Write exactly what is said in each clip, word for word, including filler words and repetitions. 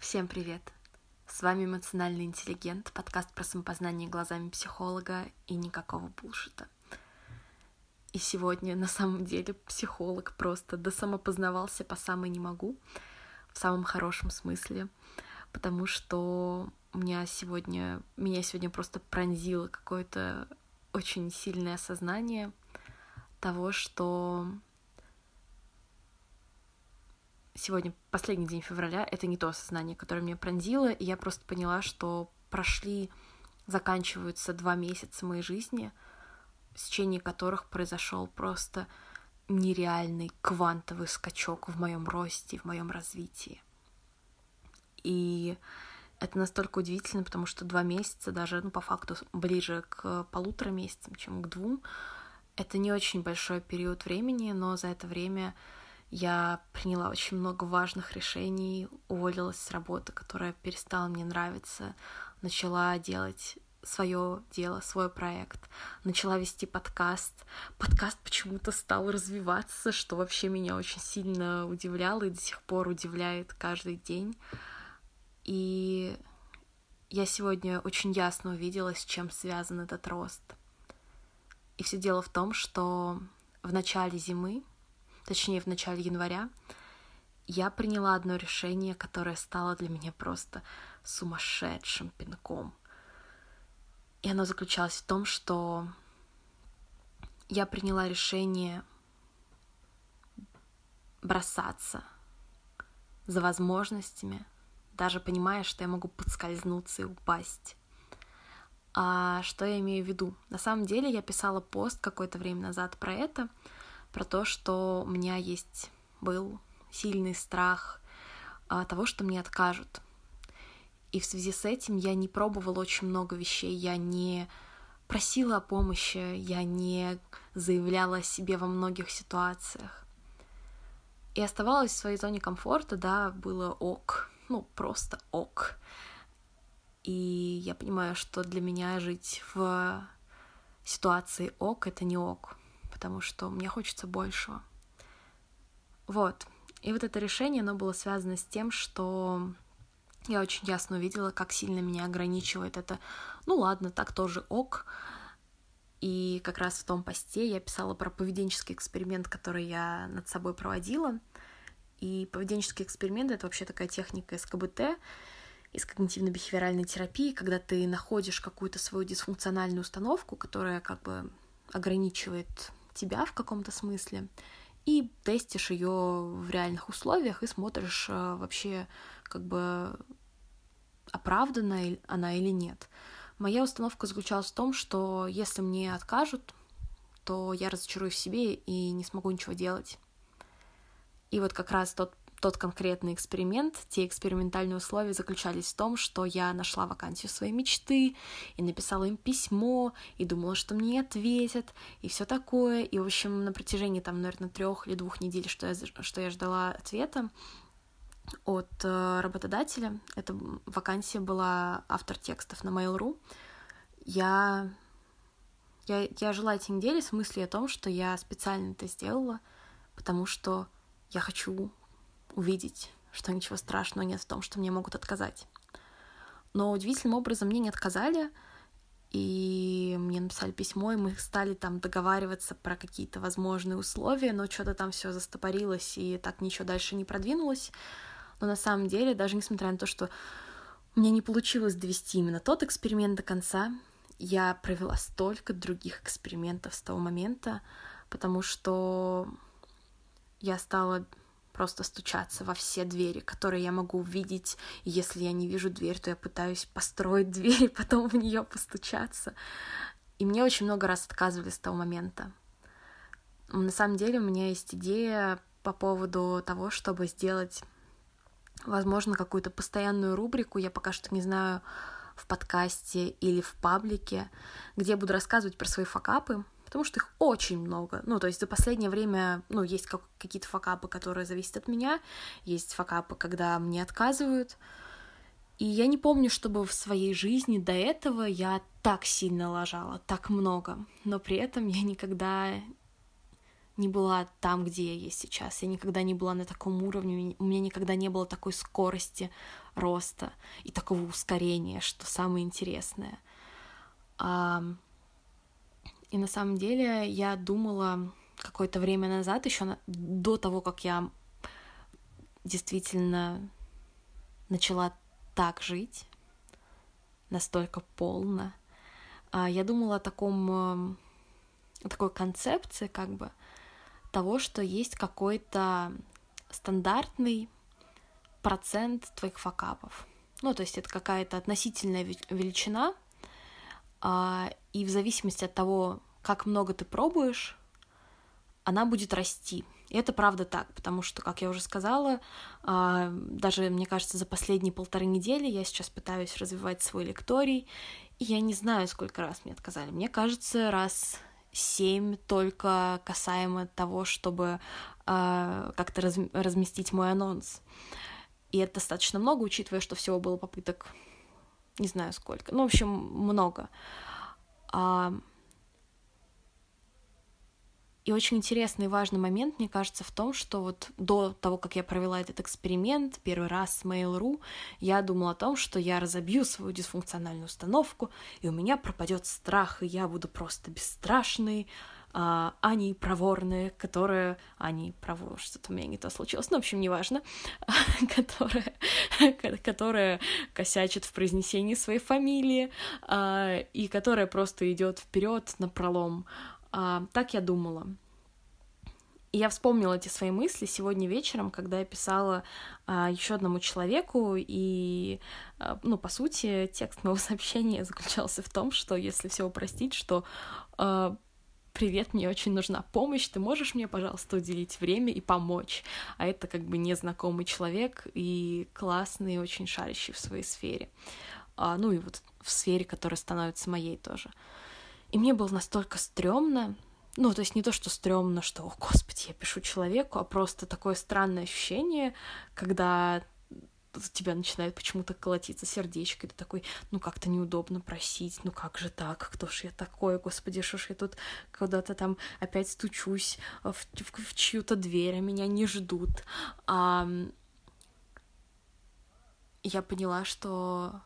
Всем привет! С вами «Эмоциональный интеллигент», подкаст про самопознание глазами психолога и никакого булшита. И сегодня на самом деле психолог просто досамопознавался по самой не могу, в самом хорошем смысле, потому что у меня сегодня, меня сегодня просто пронзило какое-то очень сильное осознание того, что сегодня последний день февраля, это не то осознание, которое меня пронзило, и я просто поняла, что прошли, заканчиваются два месяца моей жизни, в течение которых произошел просто нереальный квантовый скачок в моем росте, в моем развитии. И это настолько удивительно, потому что два месяца, даже ну, по факту ближе к полутора месяцам, чем к двум, это не очень большой период времени, но за это время я приняла очень много важных решений, уволилась с работы, которая перестала мне нравиться, начала делать свое дело, свой проект, начала вести подкаст. Подкаст почему-то стал развиваться, что вообще меня очень сильно удивляло и до сих пор удивляет каждый день. И я сегодня очень ясно увидела, с чем связан этот рост. И все дело в том, что в начале зимы, точнее, в начале января, я приняла одно решение, которое стало для меня просто сумасшедшим пинком. И оно заключалось в том, что я приняла решение бросаться за возможностями, даже понимая, что я могу подскользнуться и упасть. А что я имею в виду? На самом деле я писала пост какое-то время назад про это, про то, что у меня есть, был сильный страх а, того, что мне откажут. И в связи с этим я не пробовала очень много вещей, я не просила о помощи, я не заявляла о себе во многих ситуациях. И оставалась в своей зоне комфорта, да, было ок, ну просто ок. И я понимаю, что для меня жить в ситуации ок — это не ок, потому что мне хочется большего. Вот. И вот это решение, оно было связано с тем, что я очень ясно увидела, как сильно меня ограничивает это. Ну ладно, так тоже ок. И как раз в том посте я писала про поведенческий эксперимент, который я над собой проводила. И поведенческий эксперимент — это вообще такая техника из ка бэ тэ, из когнитивно-бихевиоральной терапии, когда ты находишь какую-то свою дисфункциональную установку, которая как бы ограничивает тебя в каком-то смысле, и тестишь ее в реальных условиях и смотришь вообще, как бы, оправдана она или нет. Моя установка заключалась в том, что если мне откажут, то я разочаруюсь в себе и не смогу ничего делать. И вот как раз тот Тот конкретный эксперимент, те экспериментальные условия заключались в том, что я нашла вакансию своей мечты и написала им письмо, и думала, что мне ответят, и все такое. И, в общем, на протяжении, там, наверное, трех или двух недель, что я, что я ждала ответа от э, работодателя, эта вакансия была автор текстов на мейл точка ру, я, я, я жила эти недели с мыслью о том, что я специально это сделала, потому что я хочу увидеть, что ничего страшного нет в том, что мне могут отказать. Но удивительным образом мне не отказали, и мне написали письмо, и мы стали там договариваться про какие-то возможные условия, но что-то там все застопорилось, и так ничего дальше не продвинулось. Но на самом деле, даже несмотря на то, что у меня не получилось довести именно тот эксперимент до конца, я провела столько других экспериментов с того момента, потому что я стала просто стучаться во все двери, которые я могу увидеть. И если я не вижу дверь, то я пытаюсь построить дверь и потом в нее постучаться. И мне очень много раз отказывали с того момента. На самом деле у меня есть идея по поводу того, чтобы сделать, возможно, какую-то постоянную рубрику. Я пока что не знаю, в подкасте или в паблике, где я буду рассказывать про свои факапы, потому что их очень много. Ну, то есть за последнее время, ну, есть как- какие-то факапы, которые зависят от меня, есть факапы, когда мне отказывают. И я не помню, чтобы в своей жизни до этого я так сильно лажала, так много. Но при этом я никогда не была там, где я есть сейчас. Я никогда не была на таком уровне, у меня никогда не было такой скорости роста и такого ускорения, что самое интересное. И на самом деле я думала какое-то время назад, еще до того, как я действительно начала так жить, настолько полно, я думала о таком, о такой концепции, как бы, того, что есть какой-то стандартный процент твоих факапов. Ну, то есть это какая-то относительная величина, и в зависимости от того, как много ты пробуешь, она будет расти. И это правда так, потому что, как я уже сказала, даже, мне кажется, за последние полторы недели я сейчас пытаюсь развивать свой лекторий, и я не знаю, сколько раз мне отказали. Мне кажется, раз семь только касаемо того, чтобы как-то раз, разместить мой анонс. И это достаточно много, учитывая, что всего было попыток, не знаю сколько, ну, в общем, много. И очень интересный и важный момент, мне кажется, в том, что вот до того, как я провела этот эксперимент первый раз с Mail.ru, я думала о том, что я разобью свою дисфункциональную установку, и у меня пропадет страх, и я буду просто бесстрашной, а, Аней проворной, которая... Аней проворной, что-то у меня не то случилось, ну, в общем, неважно, которая, которая косячит в произнесении своей фамилии, а, и которая просто идет вперед напролом. А, так я думала. И я вспомнила эти свои мысли сегодня вечером, когда я писала а, еще одному человеку, и, а, ну, по сути, текст моего сообщения заключался в том, что, если все упростить, что а, «Привет, мне очень нужна помощь, ты можешь мне, пожалуйста, уделить время и помочь?» А это как бы незнакомый человек и классный, очень шарящий в своей сфере. А, ну и вот в сфере, которая становится моей тоже. И мне было настолько стрёмно, ну, то есть не то, что стрёмно, что, о, господи, я пишу человеку, а просто такое странное ощущение, когда у тебя начинает почему-то колотиться сердечко, и ты такой, ну, как-то неудобно просить, ну, как же так, кто ж я такой, господи, что ж я тут куда-то там опять стучусь в, в, в чью-то дверь, а меня не ждут. А... Я поняла, что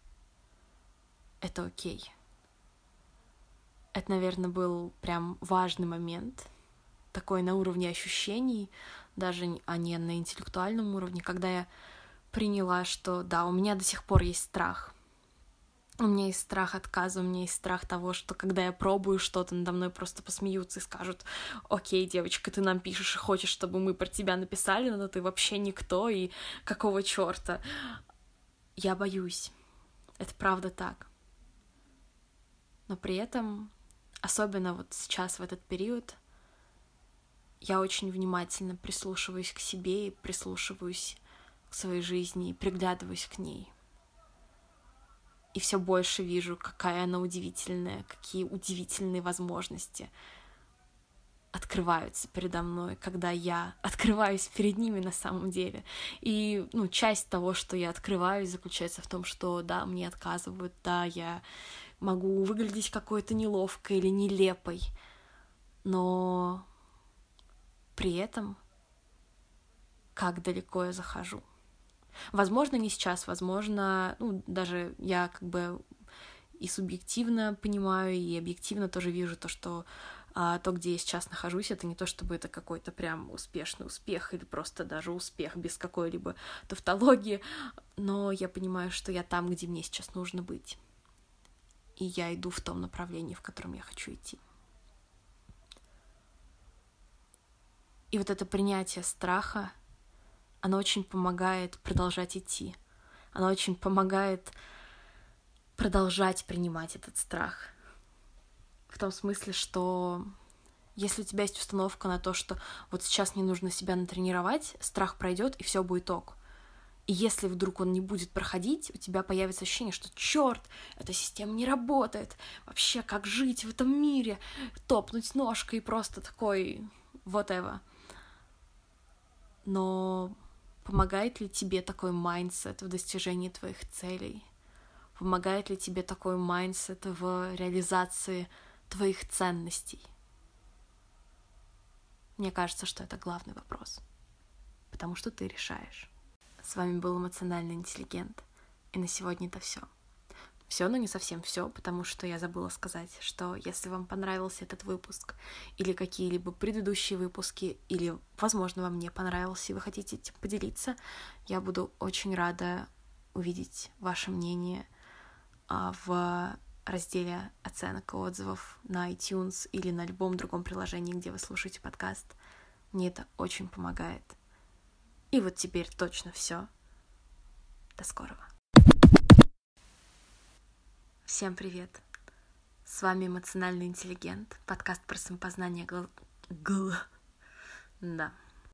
это окей. Это, наверное, был прям важный момент, такой на уровне ощущений, даже а не на интеллектуальном уровне, когда я приняла, что да, у меня до сих пор есть страх. У меня есть страх отказа, у меня есть страх того, что когда я пробую что-то, надо мной просто посмеются и скажут: окей, девочка, ты нам пишешь и хочешь, чтобы мы про тебя написали, но ты вообще никто, и какого чёрта? Я боюсь. Это правда так. Но при этом, особенно вот сейчас, в этот период, я очень внимательно прислушиваюсь к себе и прислушиваюсь к своей жизни и приглядываюсь к ней. И все больше вижу, какая она удивительная, какие удивительные возможности открываются передо мной, когда я открываюсь перед ними на самом деле. И, ну, часть того, что я открываюсь, заключается в том, что, да, мне отказывают, да, я могу выглядеть какой-то неловкой или нелепой, но при этом как далеко я захожу. Возможно, не сейчас, возможно, ну, даже я как бы и субъективно понимаю, и объективно тоже вижу то, что а, то, где я сейчас нахожусь, это не то, чтобы это какой-то прям успешный успех или просто даже успех без какой-либо тавтологии, но я понимаю, что я там, где мне сейчас нужно быть, и я иду в том направлении, в котором я хочу идти. И вот это принятие страха, оно очень помогает продолжать идти. Оно очень помогает продолжать принимать этот страх. В том смысле, что если у тебя есть установка на то, что вот сейчас мне нужно себя натренировать, страх пройдет, и все будет ок. И если вдруг он не будет проходить, у тебя появится ощущение, что черт, эта система не работает. Вообще, как жить в этом мире? Топнуть ножкой и просто такой whatever. Но помогает ли тебе такой майндсет в достижении твоих целей? Помогает ли тебе такой майндсет в реализации твоих ценностей? Мне кажется, что это главный вопрос, потому что ты решаешь. С вами был эмоциональный интеллигент, и на сегодня это все. Все, но не совсем все, потому что я забыла сказать, что если вам понравился этот выпуск или какие-либо предыдущие выпуски, или, возможно, вам не понравился и вы хотите этим поделиться, я буду очень рада увидеть ваше мнение в разделе оценок и отзывов на iTunes или на любом другом приложении, где вы слушаете подкаст. Мне это очень помогает. И вот теперь точно все. До скорого. Всем привет! С вами эмоциональный интеллигент, подкаст про самопознание гл... гл... Да.